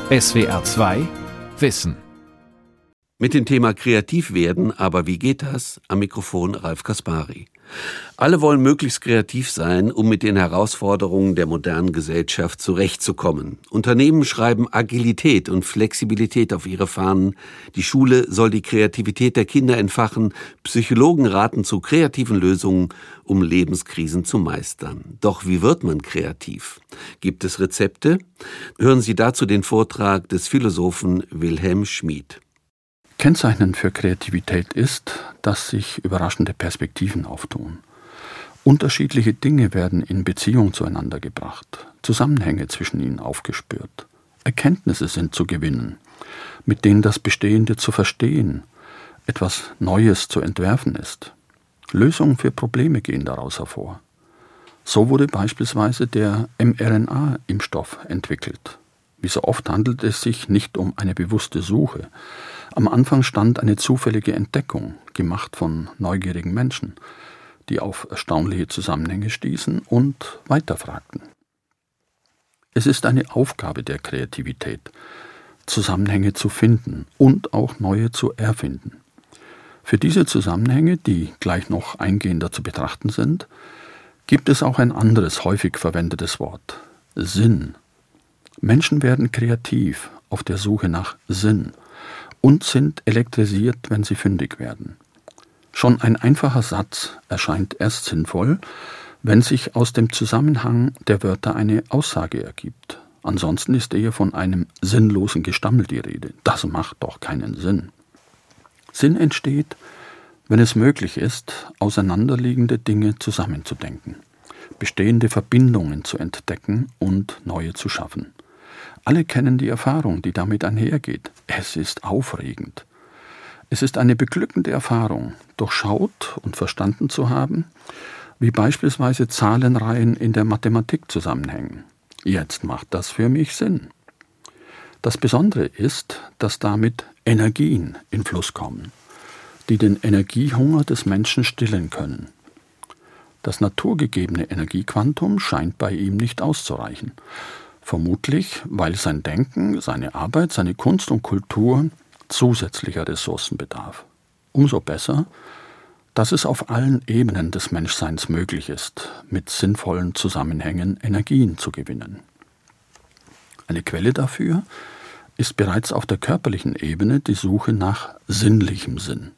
SWR 2 Wissen. Mit dem Thema Kreativ werden, aber wie geht das? Am Mikrofon Ralf Kaspari. Alle wollen möglichst kreativ sein, um mit den Herausforderungen der modernen Gesellschaft zurechtzukommen. Unternehmen schreiben Agilität und Flexibilität auf ihre Fahnen. Die Schule soll die Kreativität der Kinder entfachen. Psychologen raten zu kreativen Lösungen, um Lebenskrisen zu meistern. Doch wie wird man kreativ? Gibt es Rezepte? Hören Sie dazu den Vortrag des Philosophen Wilhelm Schmid. Kennzeichnend für Kreativität ist, dass sich überraschende Perspektiven auftun. Unterschiedliche Dinge werden in Beziehung zueinander gebracht, Zusammenhänge zwischen ihnen aufgespürt. Erkenntnisse sind zu gewinnen, mit denen das Bestehende zu verstehen, etwas Neues zu entwerfen ist. Lösungen für Probleme gehen daraus hervor. So wurde beispielsweise der mRNA-Impfstoff entwickelt. Wie so oft handelt es sich nicht um eine bewusste Suche. Am Anfang stand eine zufällige Entdeckung, gemacht von neugierigen Menschen, die auf erstaunliche Zusammenhänge stießen und weiterfragten. Es ist eine Aufgabe der Kreativität, Zusammenhänge zu finden und auch neue zu erfinden. Für diese Zusammenhänge, die gleich noch eingehender zu betrachten sind, gibt es auch ein anderes häufig verwendetes Wort: Sinn. Menschen werden kreativ auf der Suche nach Sinn und sind elektrisiert, wenn sie fündig werden. Schon ein einfacher Satz erscheint erst sinnvoll, wenn sich aus dem Zusammenhang der Wörter eine Aussage ergibt. Ansonsten ist eher von einem sinnlosen Gestammel die Rede. Das macht doch keinen Sinn. Sinn entsteht, wenn es möglich ist, auseinanderliegende Dinge zusammenzudenken, bestehende Verbindungen zu entdecken und neue zu schaffen. Alle kennen die Erfahrung, die damit einhergeht. Es ist aufregend. Es ist eine beglückende Erfahrung, durchschaut und verstanden zu haben, wie beispielsweise Zahlenreihen in der Mathematik zusammenhängen. Jetzt macht das für mich Sinn. Das Besondere ist, dass damit Energien in Fluss kommen, die den Energiehunger des Menschen stillen können. Das naturgegebene Energiequantum scheint bei ihm nicht auszureichen. Vermutlich, weil sein Denken, seine Arbeit, seine Kunst und Kultur zusätzlicher Ressourcen bedarf. Umso besser, dass es auf allen Ebenen des Menschseins möglich ist, mit sinnvollen Zusammenhängen Energien zu gewinnen. Eine Quelle dafür ist bereits auf der körperlichen Ebene die Suche nach sinnlichem Sinn.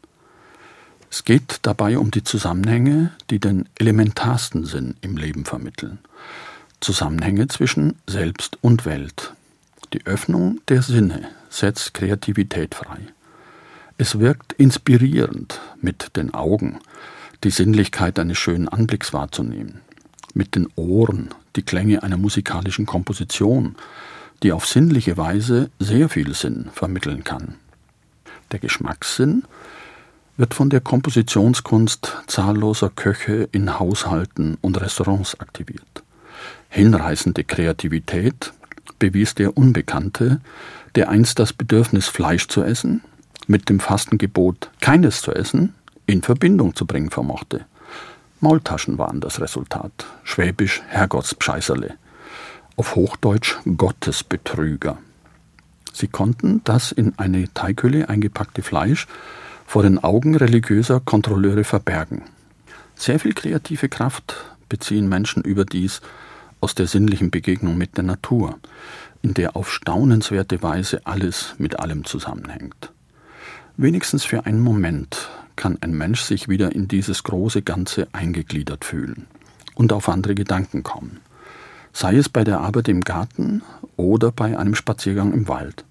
Es geht dabei um die Zusammenhänge, die den elementarsten Sinn im Leben vermitteln. Zusammenhänge zwischen Selbst und Welt. Die Öffnung der Sinne setzt Kreativität frei. Es wirkt inspirierend, mit den Augen die Sinnlichkeit eines schönen Anblicks wahrzunehmen, mit den Ohren die Klänge einer musikalischen Komposition, die auf sinnliche Weise sehr viel Sinn vermitteln kann. Der Geschmackssinn wird von der Kompositionskunst zahlloser Köche in Haushalten und Restaurants aktiviert. Hinreißende Kreativität bewies der Unbekannte, der einst das Bedürfnis, Fleisch zu essen, mit dem Fastengebot, keines zu essen, in Verbindung zu bringen vermochte. Maultaschen waren das Resultat, schwäbisch Herrgottspscheißerle, auf Hochdeutsch Gottesbetrüger. Sie konnten das in eine Teighülle eingepackte Fleisch vor den Augen religiöser Kontrolleure verbergen. Sehr viel kreative Kraft beziehen Menschen überdies aus der sinnlichen Begegnung mit der Natur, in der auf staunenswerte Weise alles mit allem zusammenhängt. Wenigstens für einen Moment kann ein Mensch sich wieder in dieses große Ganze eingegliedert fühlen und auf andere Gedanken kommen, sei es bei der Arbeit im Garten oder bei einem Spaziergang im Wald.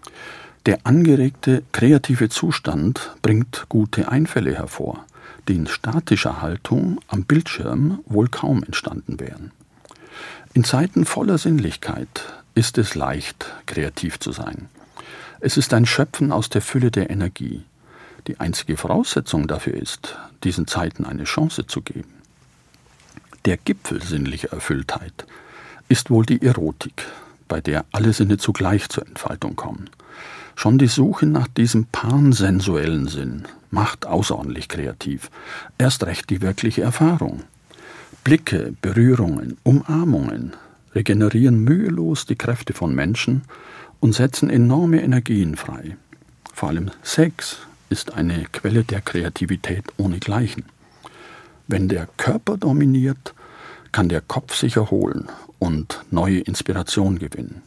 Der angeregte kreative Zustand bringt gute Einfälle hervor, die in statischer Haltung am Bildschirm wohl kaum entstanden wären. In Zeiten voller Sinnlichkeit ist es leicht, kreativ zu sein. Es ist ein Schöpfen aus der Fülle der Energie. Die einzige Voraussetzung dafür ist, diesen Zeiten eine Chance zu geben. Der Gipfel sinnlicher Erfülltheit ist wohl die Erotik, bei der alle Sinne zugleich zur Entfaltung kommen. Schon die Suche nach diesem pansensuellen Sinn macht außerordentlich kreativ, erst recht die wirkliche Erfahrung. Blicke, Berührungen, Umarmungen regenerieren mühelos die Kräfte von Menschen und setzen enorme Energien frei. Vor allem Sex ist eine Quelle der Kreativität ohnegleichen. Wenn der Körper dominiert, kann der Kopf sich erholen und neue Inspiration gewinnen.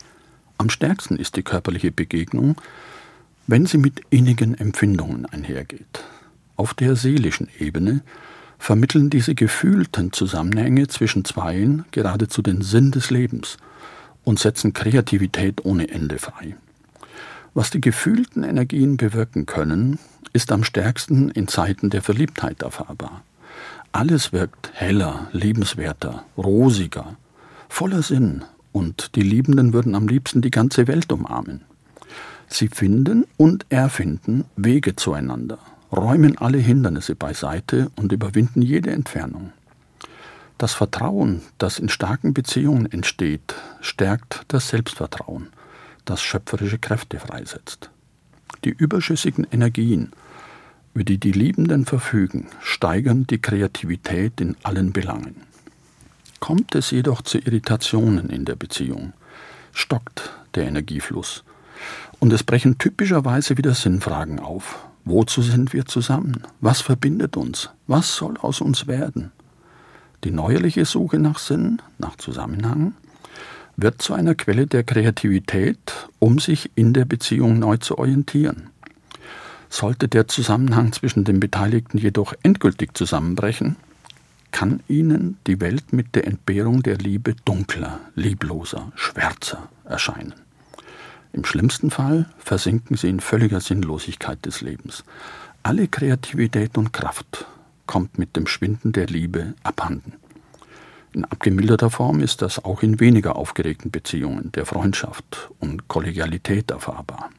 Am stärksten ist die körperliche Begegnung, wenn sie mit innigen Empfindungen einhergeht. Auf der seelischen Ebene vermitteln diese gefühlten Zusammenhänge zwischen Zweien geradezu den Sinn des Lebens und setzen Kreativität ohne Ende frei. Was die gefühlten Energien bewirken können, ist am stärksten in Zeiten der Verliebtheit erfahrbar. Alles wirkt heller, lebenswerter, rosiger, voller Sinn, und die Liebenden würden am liebsten die ganze Welt umarmen. Sie finden und erfinden Wege zueinander, räumen alle Hindernisse beiseite und überwinden jede Entfernung. Das Vertrauen, das in starken Beziehungen entsteht, stärkt das Selbstvertrauen, das schöpferische Kräfte freisetzt. Die überschüssigen Energien, über die die Liebenden verfügen, steigern die Kreativität in allen Belangen. Kommt es jedoch zu Irritationen in der Beziehung, stockt der Energiefluss und es brechen typischerweise wieder Sinnfragen auf. Wozu sind wir zusammen? Was verbindet uns? Was soll aus uns werden? Die neuerliche Suche nach Sinn, nach Zusammenhang, wird zu einer Quelle der Kreativität, um sich in der Beziehung neu zu orientieren. Sollte der Zusammenhang zwischen den Beteiligten jedoch endgültig zusammenbrechen, kann ihnen die Welt mit der Entbehrung der Liebe dunkler, lebloser, schwärzer erscheinen. Im schlimmsten Fall versinken sie in völliger Sinnlosigkeit des Lebens. Alle Kreativität und Kraft kommt mit dem Schwinden der Liebe abhanden. In abgemilderter Form ist das auch in weniger aufgeregten Beziehungen der Freundschaft und Kollegialität erfahrbar.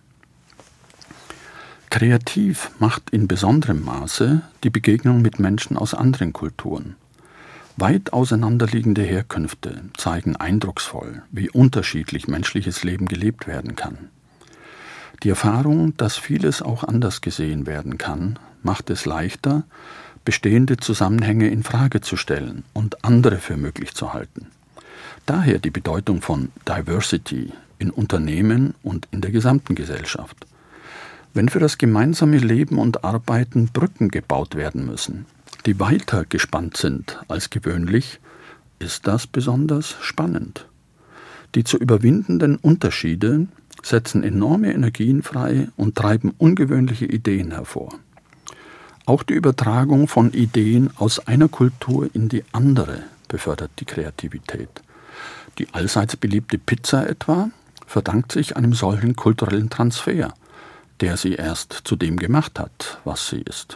Kreativ macht in besonderem Maße die Begegnung mit Menschen aus anderen Kulturen. Weit auseinanderliegende Herkünfte zeigen eindrucksvoll, wie unterschiedlich menschliches Leben gelebt werden kann. Die Erfahrung, dass vieles auch anders gesehen werden kann, macht es leichter, bestehende Zusammenhänge in Frage zu stellen und andere für möglich zu halten. Daher die Bedeutung von Diversity in Unternehmen und in der gesamten Gesellschaft. Wenn für das gemeinsame Leben und Arbeiten Brücken gebaut werden müssen, die weiter gespannt sind als gewöhnlich, ist das besonders spannend. Die zu überwindenden Unterschiede setzen enorme Energien frei und treiben ungewöhnliche Ideen hervor. Auch die Übertragung von Ideen aus einer Kultur in die andere befördert die Kreativität. Die allseits beliebte Pizza etwa verdankt sich einem solchen kulturellen Transfer, der sie erst zu dem gemacht hat, was sie ist.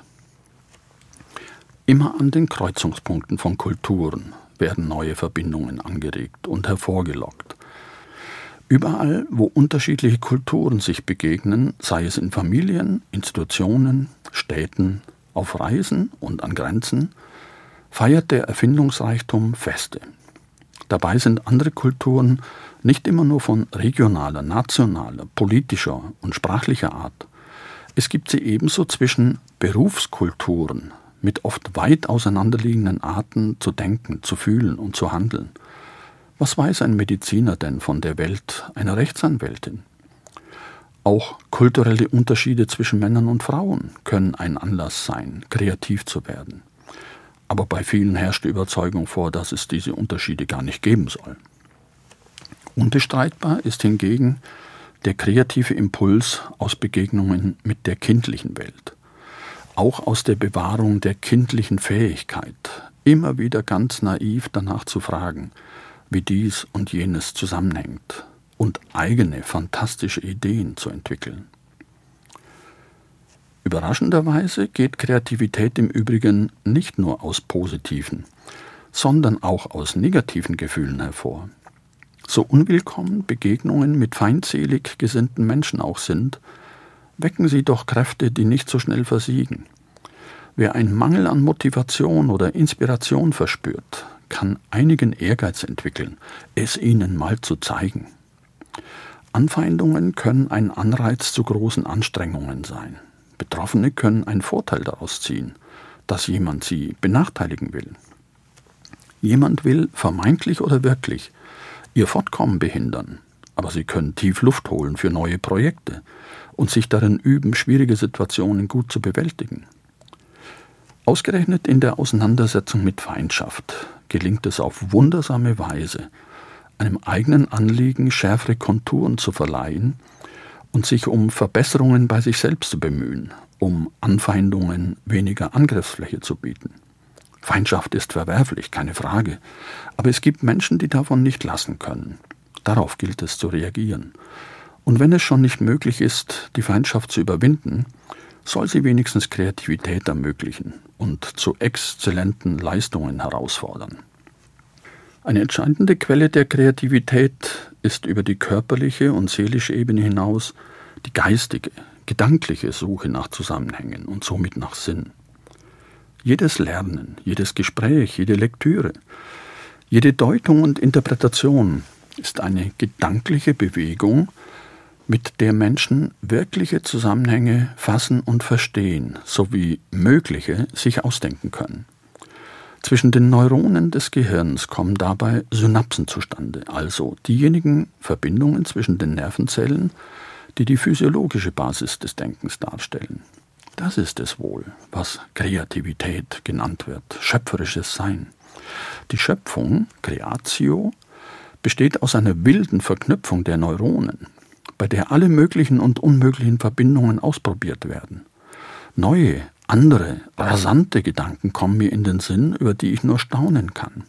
Immer an den Kreuzungspunkten von Kulturen werden neue Verbindungen angeregt und hervorgelockt. Überall, wo unterschiedliche Kulturen sich begegnen, sei es in Familien, Institutionen, Städten, auf Reisen und an Grenzen, feiert der Erfindungsreichtum Feste. Dabei sind andere Kulturen nicht immer nur von regionaler, nationaler, politischer und sprachlicher Art. Es gibt sie ebenso zwischen Berufskulturen mit oft weit auseinanderliegenden Arten zu denken, zu fühlen und zu handeln. Was weiß ein Mediziner denn von der Welt einer Rechtsanwältin? Auch kulturelle Unterschiede zwischen Männern und Frauen können ein Anlass sein, kreativ zu werden. Aber bei vielen herrscht die Überzeugung vor, dass es diese Unterschiede gar nicht geben soll. Unbestreitbar ist hingegen der kreative Impuls aus Begegnungen mit der kindlichen Welt. Auch aus der Bewahrung der kindlichen Fähigkeit, immer wieder ganz naiv danach zu fragen, wie dies und jenes zusammenhängt und eigene fantastische Ideen zu entwickeln. Überraschenderweise geht Kreativität im Übrigen nicht nur aus positiven, sondern auch aus negativen Gefühlen hervor. So unwillkommen Begegnungen mit feindselig gesinnten Menschen auch sind, wecken sie doch Kräfte, die nicht so schnell versiegen. Wer einen Mangel an Motivation oder Inspiration verspürt, kann einigen Ehrgeiz entwickeln, es ihnen mal zu zeigen. Anfeindungen können ein Anreiz zu großen Anstrengungen sein. Betroffene können einen Vorteil daraus ziehen, dass jemand sie benachteiligen will. Jemand will, vermeintlich oder wirklich, ihr Fortkommen behindern. aber sie können tief Luft holen für neue Projekte und sich darin üben, schwierige Situationen gut zu bewältigen. Ausgerechnet in der Auseinandersetzung mit Feindschaft gelingt es auf wundersame Weise, einem eigenen Anliegen schärfere Konturen zu verleihen und sich um Verbesserungen bei sich selbst zu bemühen, um Anfeindungen weniger Angriffsfläche zu bieten. Feindschaft ist verwerflich, keine Frage, aber es gibt Menschen, die davon nicht lassen können. Darauf gilt es zu reagieren. Und wenn es schon nicht möglich ist, die Feindschaft zu überwinden, soll sie wenigstens Kreativität ermöglichen und zu exzellenten Leistungen herausfordern. Eine entscheidende Quelle der Kreativität ist über die körperliche und seelische Ebene hinaus die geistige, gedankliche Suche nach Zusammenhängen und somit nach Sinn. Jedes Lernen, jedes Gespräch, jede Lektüre, jede Deutung und Interpretation ist eine gedankliche Bewegung, mit der Menschen wirkliche Zusammenhänge fassen und verstehen, sowie mögliche sich ausdenken können. Zwischen den Neuronen des Gehirns kommen dabei Synapsen zustande, also diejenigen Verbindungen zwischen den Nervenzellen, die die physiologische Basis des Denkens darstellen. Das ist es wohl, was Kreativität genannt wird, schöpferisches Sein. Die Schöpfung, Creatio, besteht aus einer wilden Verknüpfung der Neuronen, bei der alle möglichen und unmöglichen Verbindungen ausprobiert werden. Neue, andere, rasante Gedanken kommen mir in den Sinn, über die ich nur staunen kann.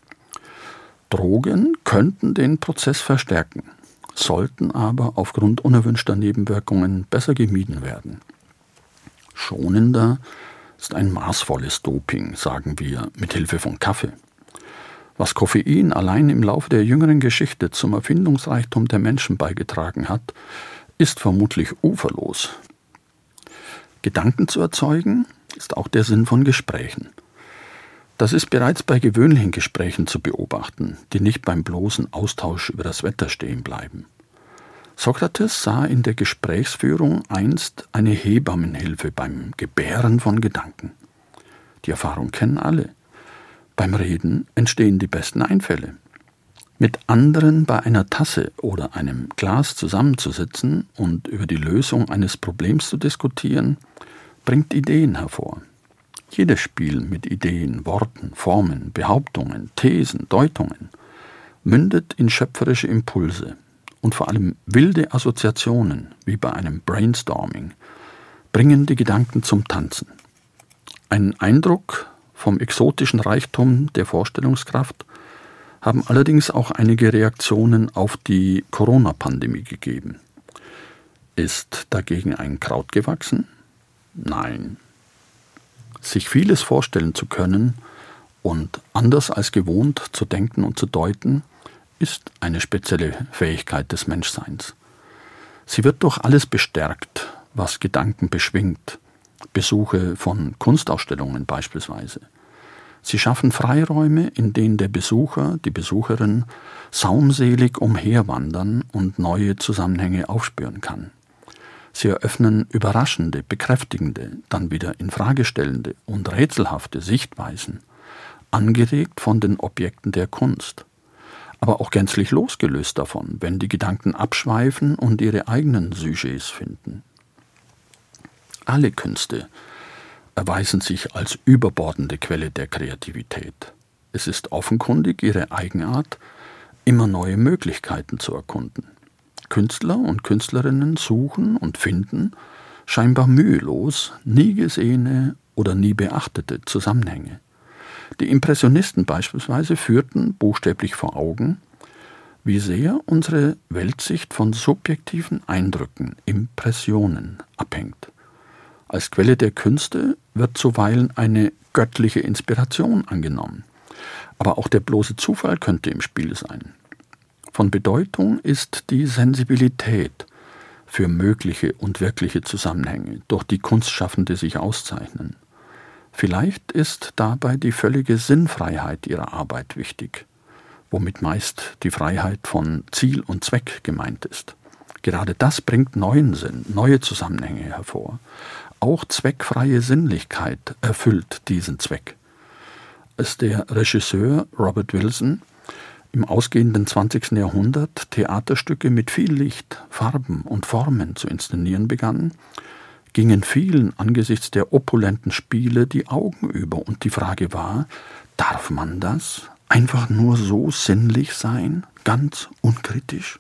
Drogen könnten den Prozess verstärken, sollten aber aufgrund unerwünschter Nebenwirkungen besser gemieden werden. Schonender ist ein maßvolles Doping, sagen wir, mit Hilfe von Kaffee. Was Koffein allein im Laufe der jüngeren Geschichte zum Erfindungsreichtum der Menschen beigetragen hat, ist vermutlich uferlos. Gedanken zu erzeugen, ist auch der Sinn von Gesprächen. Das ist bereits bei gewöhnlichen Gesprächen zu beobachten, die nicht beim bloßen Austausch über das Wetter stehen bleiben. Sokrates sah in der Gesprächsführung einst eine Hebammenhilfe beim Gebären von Gedanken. Die Erfahrung kennen alle. Beim Reden entstehen die besten Einfälle. Mit anderen bei einer Tasse oder einem Glas zusammenzusitzen und über die Lösung eines Problems zu diskutieren, bringt Ideen hervor. Jedes Spiel mit Ideen, Worten, Formen, Behauptungen, Thesen, Deutungen mündet in schöpferische Impulse. Und vor allem wilde Assoziationen, wie bei einem Brainstorming, bringen die Gedanken zum Tanzen. Einen Eindruck vom exotischen Reichtum der Vorstellungskraft haben allerdings auch einige Reaktionen auf die Corona-Pandemie gegeben. Ist dagegen ein Kraut gewachsen? Nein. Sich vieles vorstellen zu können und anders als gewohnt zu denken und zu deuten, ist eine spezielle Fähigkeit des Menschseins. Sie wird durch alles bestärkt, was Gedanken beschwingt, Besuche von Kunstausstellungen beispielsweise. Sie schaffen Freiräume, in denen der Besucher, die Besucherin saumselig umherwandern und neue Zusammenhänge aufspüren kann. Sie eröffnen überraschende, bekräftigende, dann wieder infragestellende und rätselhafte Sichtweisen, angeregt von den Objekten der Kunst. Aber auch gänzlich losgelöst davon, wenn die Gedanken abschweifen und ihre eigenen Sujets finden. Alle Künste erweisen sich als überbordende Quelle der Kreativität. Es ist offenkundig ihre Eigenart, immer neue Möglichkeiten zu erkunden. Künstler und Künstlerinnen suchen und finden, scheinbar mühelos, nie gesehene oder nie beachtete Zusammenhänge. Die Impressionisten beispielsweise führten buchstäblich vor Augen, wie sehr unsere Weltsicht von subjektiven Eindrücken, Impressionen, abhängt. Als Quelle der Künste wird zuweilen eine göttliche Inspiration angenommen. Aber auch der bloße Zufall könnte im Spiel sein. Von Bedeutung ist die Sensibilität für mögliche und wirkliche Zusammenhänge, durch die Kunstschaffende sich auszeichnen. Vielleicht ist dabei die völlige Sinnfreiheit ihrer Arbeit wichtig, womit meist die Freiheit von Ziel und Zweck gemeint ist. Gerade das bringt neuen Sinn, neue Zusammenhänge hervor. Auch zweckfreie Sinnlichkeit erfüllt diesen Zweck. Als der Regisseur Robert Wilson im ausgehenden 20. Jahrhundert Theaterstücke mit viel Licht, Farben und Formen zu inszenieren begannen, gingen vielen angesichts der opulenten Spiele die Augen über und die Frage war, darf man das einfach nur so sinnlich sein, ganz unkritisch?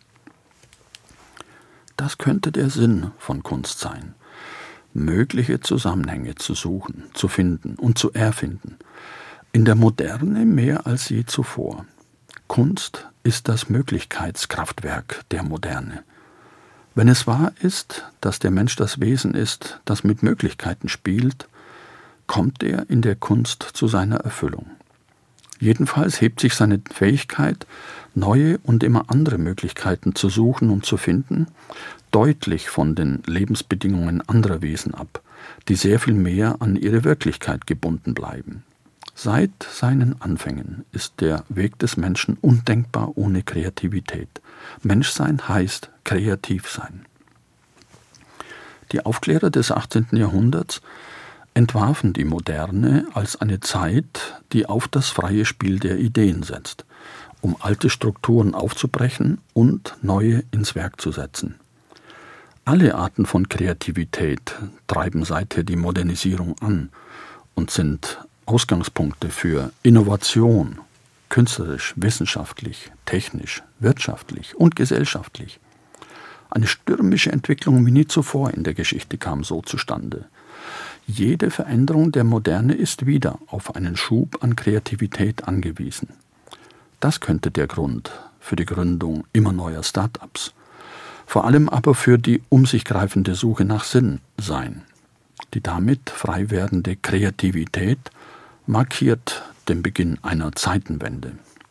Das könnte der Sinn von Kunst sein, mögliche Zusammenhänge zu suchen, zu finden und zu erfinden. In der Moderne mehr als je zuvor. Kunst ist das Möglichkeitskraftwerk der Moderne. Wenn es wahr ist, dass der Mensch das Wesen ist, das mit Möglichkeiten spielt, kommt er in der Kunst zu seiner Erfüllung. Jedenfalls hebt sich seine Fähigkeit, neue und immer andere Möglichkeiten zu suchen und zu finden, deutlich von den Lebensbedingungen anderer Wesen ab, die sehr viel mehr an ihre Wirklichkeit gebunden bleiben. Seit seinen Anfängen ist der Weg des Menschen undenkbar ohne Kreativität. Menschsein heißt kreativ sein. Die Aufklärer des 18. Jahrhunderts entwarfen die Moderne als eine Zeit, die auf das freie Spiel der Ideen setzt, um alte Strukturen aufzubrechen und neue ins Werk zu setzen. Alle Arten von Kreativität treiben seither die Modernisierung an und sind Ausgangspunkte für Innovation, künstlerisch, wissenschaftlich, technisch, wirtschaftlich und gesellschaftlich. Eine stürmische Entwicklung wie nie zuvor in der Geschichte kam so zustande. Jede Veränderung der Moderne ist wieder auf einen Schub an Kreativität angewiesen. Das könnte der Grund für die Gründung immer neuer Start-ups, vor allem aber für die um sich greifende Suche nach Sinn sein. Die damit frei werdende Kreativität markiert den Beginn einer Zeitenwende.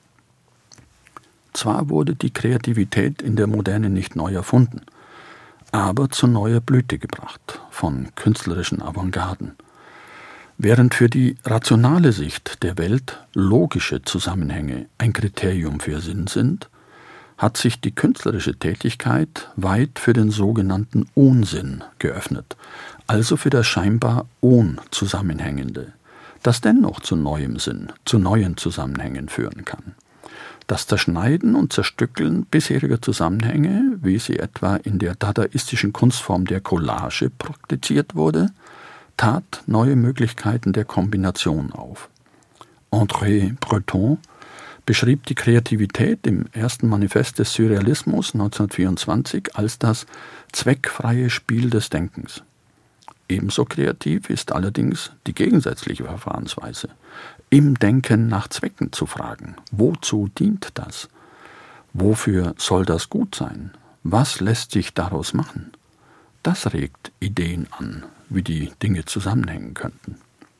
Zwar wurde die Kreativität in der Moderne nicht neu erfunden, aber zu neuer Blüte gebracht von künstlerischen Avantgarden. Während für die rationale Sicht der Welt logische Zusammenhänge ein Kriterium für Sinn sind, hat sich die künstlerische Tätigkeit weit für den sogenannten Unsinn geöffnet, also für das scheinbar Unzusammenhängende, das dennoch zu neuem Sinn, zu neuen Zusammenhängen führen kann. Das Zerschneiden und Zerstückeln bisheriger Zusammenhänge, wie sie etwa in der dadaistischen Kunstform der Collage praktiziert wurde, tat neue Möglichkeiten der Kombination auf. André Breton beschrieb die Kreativität im ersten Manifest des Surrealismus 1924 als das zweckfreie Spiel des Denkens. Ebenso kreativ ist allerdings die gegensätzliche Verfahrensweise, im Denken nach Zwecken zu fragen. Wozu dient das? Wofür soll das gut sein? Was lässt sich daraus machen? Das regt Ideen an, wie die Dinge zusammenhängen könnten.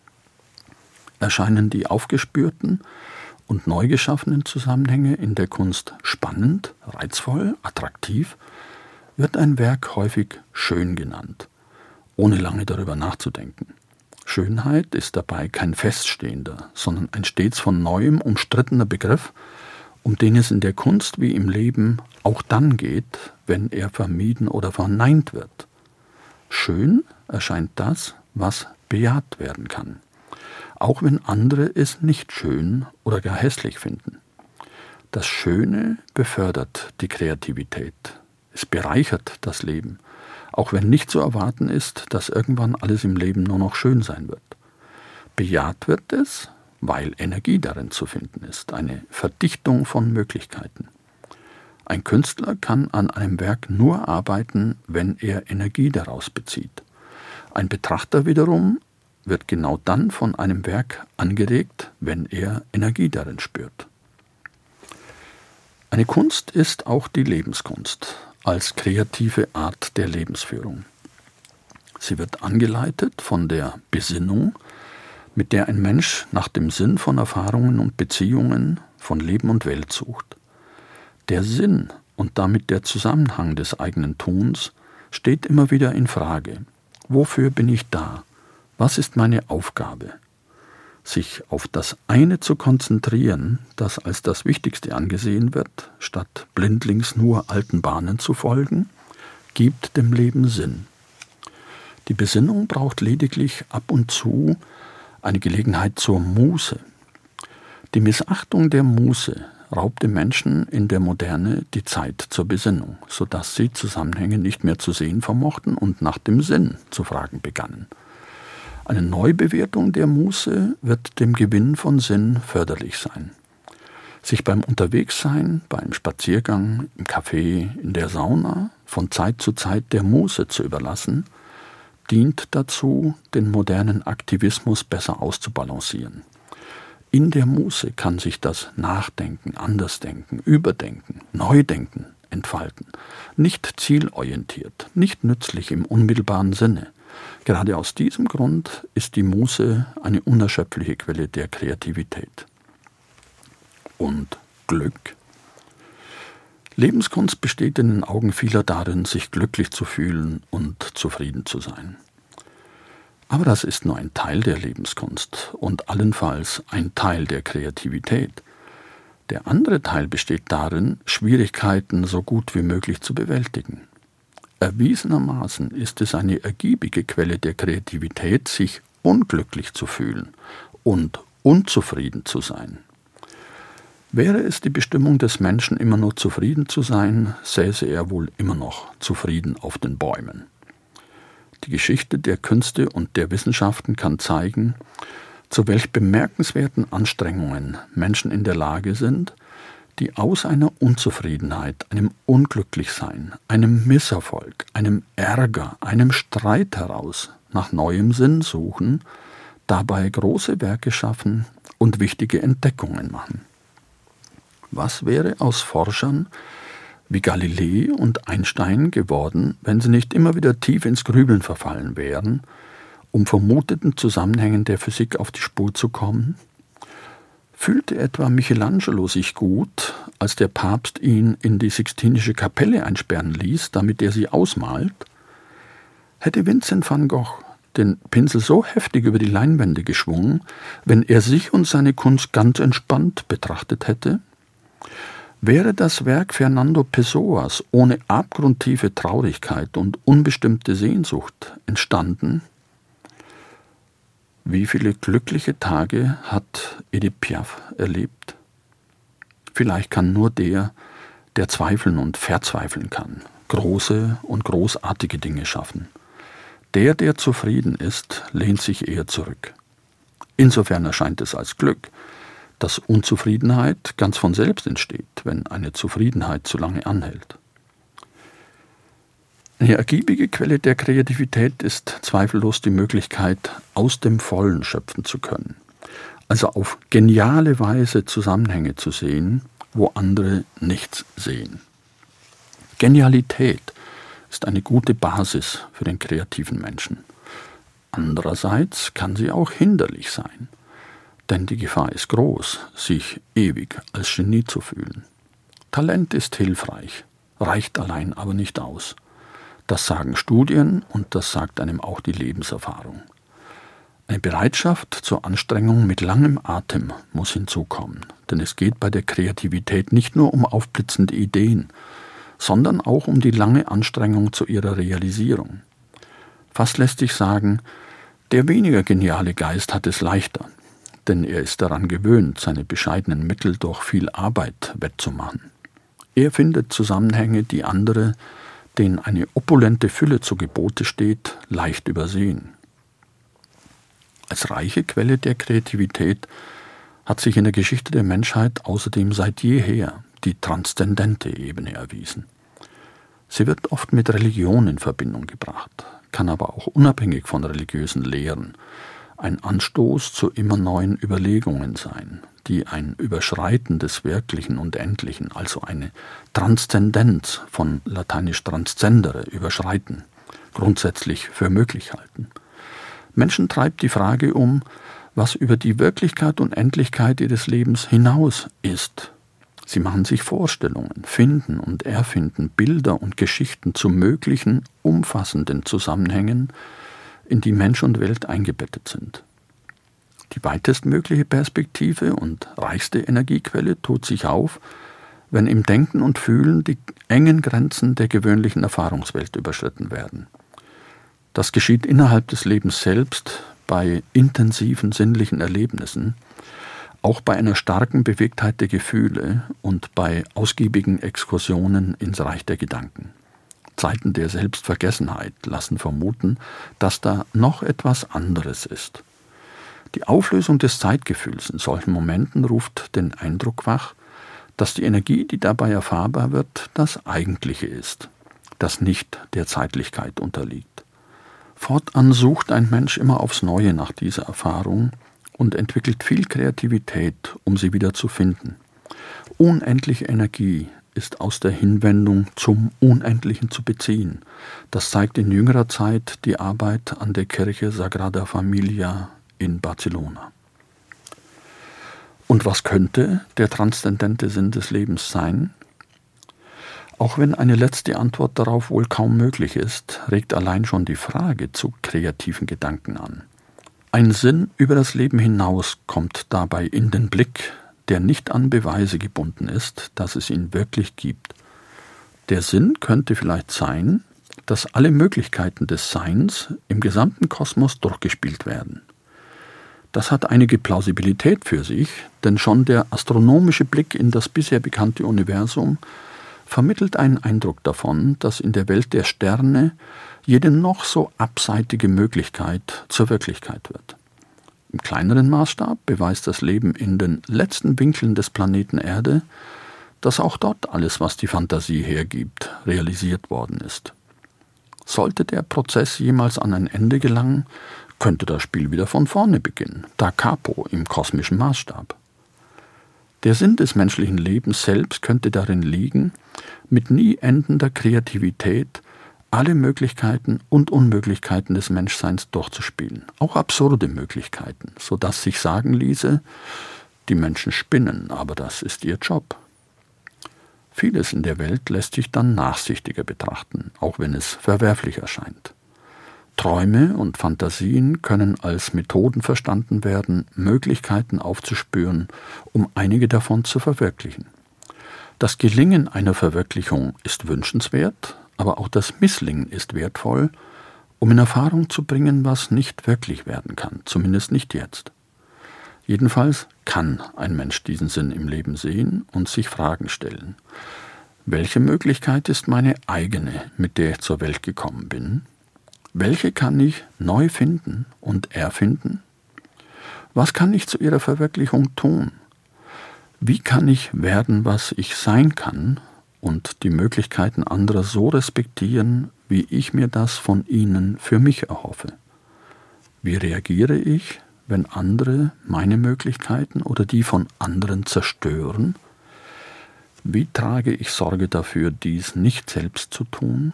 Erscheinen die aufgespürten und neu geschaffenen Zusammenhänge in der Kunst spannend, reizvoll, attraktiv, wird ein Werk häufig schön genannt, ohne lange darüber nachzudenken. Schönheit ist dabei kein feststehender, sondern ein stets von neuem umstrittener Begriff, um den es in der Kunst wie im Leben auch dann geht, wenn er vermieden oder verneint wird. Schön erscheint das, was bejaht werden kann, auch wenn andere es nicht schön oder gar hässlich finden. Das Schöne befördert die Kreativität, es bereichert das Leben, auch wenn nicht zu erwarten ist, dass irgendwann alles im Leben nur noch schön sein wird. Bejaht wird es, weil Energie darin zu finden ist, eine Verdichtung von Möglichkeiten. Ein Künstler kann an einem Werk nur arbeiten, wenn er Energie daraus bezieht. Ein Betrachter wiederum wird genau dann von einem Werk angeregt, wenn er Energie darin spürt. Eine Kunst ist auch die Lebenskunst als kreative Art der Lebensführung. Sie wird angeleitet von der Besinnung, mit der ein Mensch nach dem Sinn von Erfahrungen und Beziehungen, von Leben und Welt sucht. Der Sinn und damit der Zusammenhang des eigenen Tuns steht immer wieder in Frage. Wofür bin ich da? Was ist meine Aufgabe? Sich auf das eine zu konzentrieren, das als das Wichtigste angesehen wird, statt blindlings nur alten Bahnen zu folgen, gibt dem Leben Sinn. Die Besinnung braucht lediglich ab und zu eine Gelegenheit zur Muße. Die Missachtung der Muße raubt den Menschen in der Moderne die Zeit zur Besinnung, sodass sie Zusammenhänge nicht mehr zu sehen vermochten und nach dem Sinn zu fragen begannen. Eine Neubewertung der Muße wird dem Gewinn von Sinn förderlich sein. Sich beim Unterwegssein, beim Spaziergang, im Café, in der Sauna von Zeit zu Zeit der Muße zu überlassen, dient dazu, den modernen Aktivismus besser auszubalancieren. In der Muße kann sich das Nachdenken, Andersdenken, Überdenken, Neudenken entfalten. Nicht zielorientiert, nicht nützlich im unmittelbaren Sinne. Gerade aus diesem Grund ist die Muße eine unerschöpfliche Quelle der Kreativität. Und Glück? Lebenskunst besteht in den Augen vieler darin, sich glücklich zu fühlen und zufrieden zu sein. Aber das ist nur ein Teil der Lebenskunst und allenfalls ein Teil der Kreativität. Der andere Teil besteht darin, Schwierigkeiten so gut wie möglich zu bewältigen. Erwiesenermaßen ist es eine ergiebige Quelle der Kreativität, sich unglücklich zu fühlen und unzufrieden zu sein. Wäre es die Bestimmung des Menschen, immer nur zufrieden zu sein, säße er wohl immer noch zufrieden auf den Bäumen. Die Geschichte der Künste und der Wissenschaften kann zeigen, zu welch bemerkenswerten Anstrengungen Menschen in der Lage sind, die aus einer Unzufriedenheit, einem Unglücklichsein, einem Misserfolg, einem Ärger, einem Streit heraus nach neuem Sinn suchen, dabei große Werke schaffen und wichtige Entdeckungen machen. Was wäre aus Forschern wie Galilei und Einstein geworden, wenn sie nicht immer wieder tief ins Grübeln verfallen wären, um vermuteten Zusammenhängen der Physik auf die Spur zu kommen? Fühlte etwa Michelangelo sich gut, als der Papst ihn in die Sixtinische Kapelle einsperren ließ, damit er sie ausmalt? Hätte Vincent van Gogh den Pinsel so heftig über die Leinwände geschwungen, wenn er sich und seine Kunst ganz entspannt betrachtet hätte? Wäre das Werk Fernando Pessoas ohne abgrundtiefe Traurigkeit und unbestimmte Sehnsucht entstanden? Wie viele glückliche Tage hat Edith Piaf erlebt? Vielleicht kann nur der zweifeln und verzweifeln kann, große und großartige Dinge schaffen. Der zufrieden ist, lehnt sich eher zurück. Insofern erscheint es als Glück, dass Unzufriedenheit ganz von selbst entsteht, wenn eine Zufriedenheit zu lange anhält. Eine ergiebige Quelle der Kreativität ist zweifellos die Möglichkeit, aus dem Vollen schöpfen zu können. Also auf geniale Weise Zusammenhänge zu sehen, wo andere nichts sehen. Genialität ist eine gute Basis für den kreativen Menschen. Andererseits kann sie auch hinderlich sein. Denn die Gefahr ist groß, sich ewig als Genie zu fühlen. Talent ist hilfreich, reicht allein aber nicht aus. Das sagen Studien und das sagt einem auch die Lebenserfahrung. Eine Bereitschaft zur Anstrengung mit langem Atem muss hinzukommen, denn es geht bei der Kreativität nicht nur um aufblitzende Ideen, sondern auch um die lange Anstrengung zu ihrer Realisierung. Fast lässt sich sagen, der weniger geniale Geist hat es leichter, denn er ist daran gewöhnt, seine bescheidenen Mittel durch viel Arbeit wettzumachen. Er findet Zusammenhänge, die andere, denen eine opulente Fülle zu Gebote steht, leicht übersehen. Als reiche Quelle der Kreativität hat sich in der Geschichte der Menschheit außerdem seit jeher die transzendente Ebene erwiesen. Sie wird oft mit Religion in Verbindung gebracht, kann aber auch unabhängig von religiösen Lehren ein Anstoß zu immer neuen Überlegungen sein, die ein Überschreiten des Wirklichen und Endlichen, also eine Transzendenz von lateinisch transcendere, überschreiten, grundsätzlich für möglich halten. Menschen treibt die Frage um, was über die Wirklichkeit und Endlichkeit ihres Lebens hinaus ist. Sie machen sich Vorstellungen, finden und erfinden Bilder und Geschichten zu möglichen, umfassenden Zusammenhängen, in die Mensch und Welt eingebettet sind. Die weitestmögliche Perspektive und reichste Energiequelle tut sich auf, wenn im Denken und Fühlen die engen Grenzen der gewöhnlichen Erfahrungswelt überschritten werden. Das geschieht innerhalb des Lebens selbst bei intensiven sinnlichen Erlebnissen, Auch bei einer starken Bewegtheit der Gefühle und bei ausgiebigen Exkursionen ins Reich der Gedanken. Zeiten der Selbstvergessenheit lassen vermuten, dass da noch etwas anderes ist. Die Auflösung des Zeitgefühls in solchen Momenten ruft den Eindruck wach, dass die Energie, die dabei erfahrbar wird, das Eigentliche ist, das nicht der Zeitlichkeit unterliegt. Fortan sucht ein Mensch immer aufs Neue nach dieser Erfahrung und entwickelt viel Kreativität, um sie wieder zu finden. Unendliche Energie ist aus der Hinwendung zum Unendlichen zu beziehen. Das zeigt in jüngerer Zeit die Arbeit an der Kirche Sagrada Familia in Barcelona. Und was könnte der transzendente Sinn des Lebens sein? Auch wenn eine letzte Antwort darauf wohl kaum möglich ist, regt allein schon die Frage zu kreativen Gedanken an. Ein Sinn über das Leben hinaus kommt dabei in den Blick, der nicht an Beweise gebunden ist, dass es ihn wirklich gibt. Der Sinn könnte vielleicht sein, dass alle Möglichkeiten des Seins im gesamten Kosmos durchgespielt werden. Das hat einige Plausibilität für sich, denn schon der astronomische Blick in das bisher bekannte Universum vermittelt einen Eindruck davon, dass in der Welt der Sterne jede noch so abseitige Möglichkeit zur Wirklichkeit wird. Im kleineren Maßstab beweist das Leben in den letzten Winkeln des Planeten Erde, dass auch dort alles, was die Fantasie hergibt, realisiert worden ist. Sollte der Prozess jemals an ein Ende gelangen, könnte das Spiel wieder von vorne beginnen, da capo im kosmischen Maßstab. Der Sinn des menschlichen Lebens selbst könnte darin liegen, mit nie endender Kreativität alle Möglichkeiten und Unmöglichkeiten des Menschseins durchzuspielen, auch absurde Möglichkeiten, sodass sich sagen ließe, die Menschen spinnen, aber das ist ihr Job. Vieles in der Welt lässt sich dann nachsichtiger betrachten, auch wenn es verwerflich erscheint. Träume und Fantasien können als Methoden verstanden werden, Möglichkeiten aufzuspüren, um einige davon zu verwirklichen. Das Gelingen einer Verwirklichung ist wünschenswert, aber auch das Misslingen ist wertvoll, um in Erfahrung zu bringen, was nicht wirklich werden kann, zumindest nicht jetzt. Jedenfalls kann ein Mensch diesen Sinn im Leben sehen und sich Fragen stellen. Welche Möglichkeit ist meine eigene, mit der ich zur Welt gekommen bin? Welche kann ich neu finden und erfinden? Was kann ich zu ihrer Verwirklichung tun? Wie kann ich werden, was ich sein kann und die Möglichkeiten anderer so respektieren, wie ich mir das von ihnen für mich erhoffe? Wie reagiere ich, wenn andere meine Möglichkeiten oder die von anderen zerstören? Wie trage ich Sorge dafür, dies nicht selbst zu tun?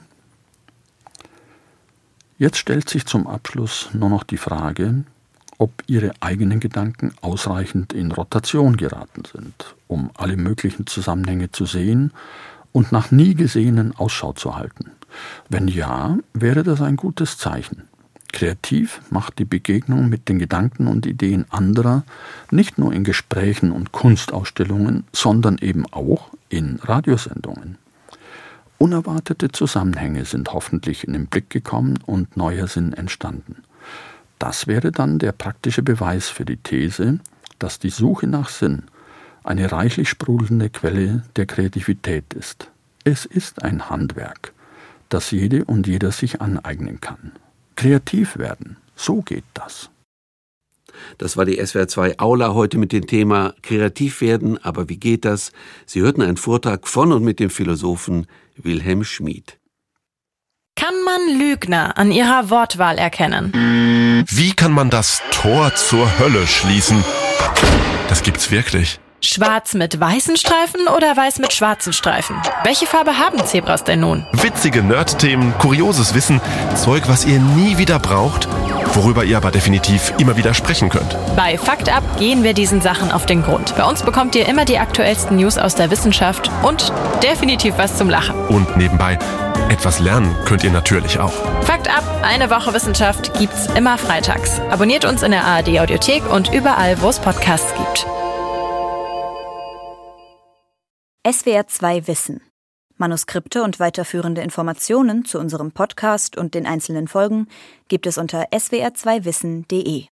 Jetzt stellt sich zum Abschluss nur noch die Frage, ob Ihre eigenen Gedanken ausreichend in Rotation geraten sind, um alle möglichen Zusammenhänge zu sehen und nach nie Gesehenen Ausschau zu halten. Wenn ja, wäre das ein gutes Zeichen. Kreativ macht die Begegnung mit den Gedanken und Ideen anderer nicht nur in Gesprächen und Kunstausstellungen, sondern eben auch in Radiosendungen. Unerwartete Zusammenhänge sind hoffentlich in den Blick gekommen und neuer Sinn entstanden. Das wäre dann der praktische Beweis für die These, dass die Suche nach Sinn eine reichlich sprudelnde Quelle der Kreativität ist. Es ist ein Handwerk, das jede und jeder sich aneignen kann. Kreativ werden, so geht das. Das war die SWR 2 Aula heute mit dem Thema Kreativ werden, aber wie geht das? Sie hörten einen Vortrag von und mit dem Philosophen Wilhelm Schmid. Kann man Lügner an ihrer Wortwahl erkennen? Wie kann man das Tor zur Hölle schließen? Das gibt's wirklich. Schwarz mit weißen Streifen oder weiß mit schwarzen Streifen? Welche Farbe haben Zebras denn nun? Witzige Nerd-Themen, kurioses Wissen, Zeug, was ihr nie wieder braucht, worüber ihr aber definitiv immer wieder sprechen könnt. Bei Fakt Up gehen wir diesen Sachen auf den Grund. Bei uns bekommt ihr immer die aktuellsten News aus der Wissenschaft und definitiv was zum Lachen. Und nebenbei, etwas lernen könnt ihr natürlich auch. Fakt Up, eine Woche Wissenschaft gibt's immer freitags. Abonniert uns in der ARD-Audiothek und überall, wo es Podcasts gibt. SWR 2 Wissen. Manuskripte und weiterführende Informationen zu unserem Podcast und den einzelnen Folgen gibt es unter swr2wissen.de.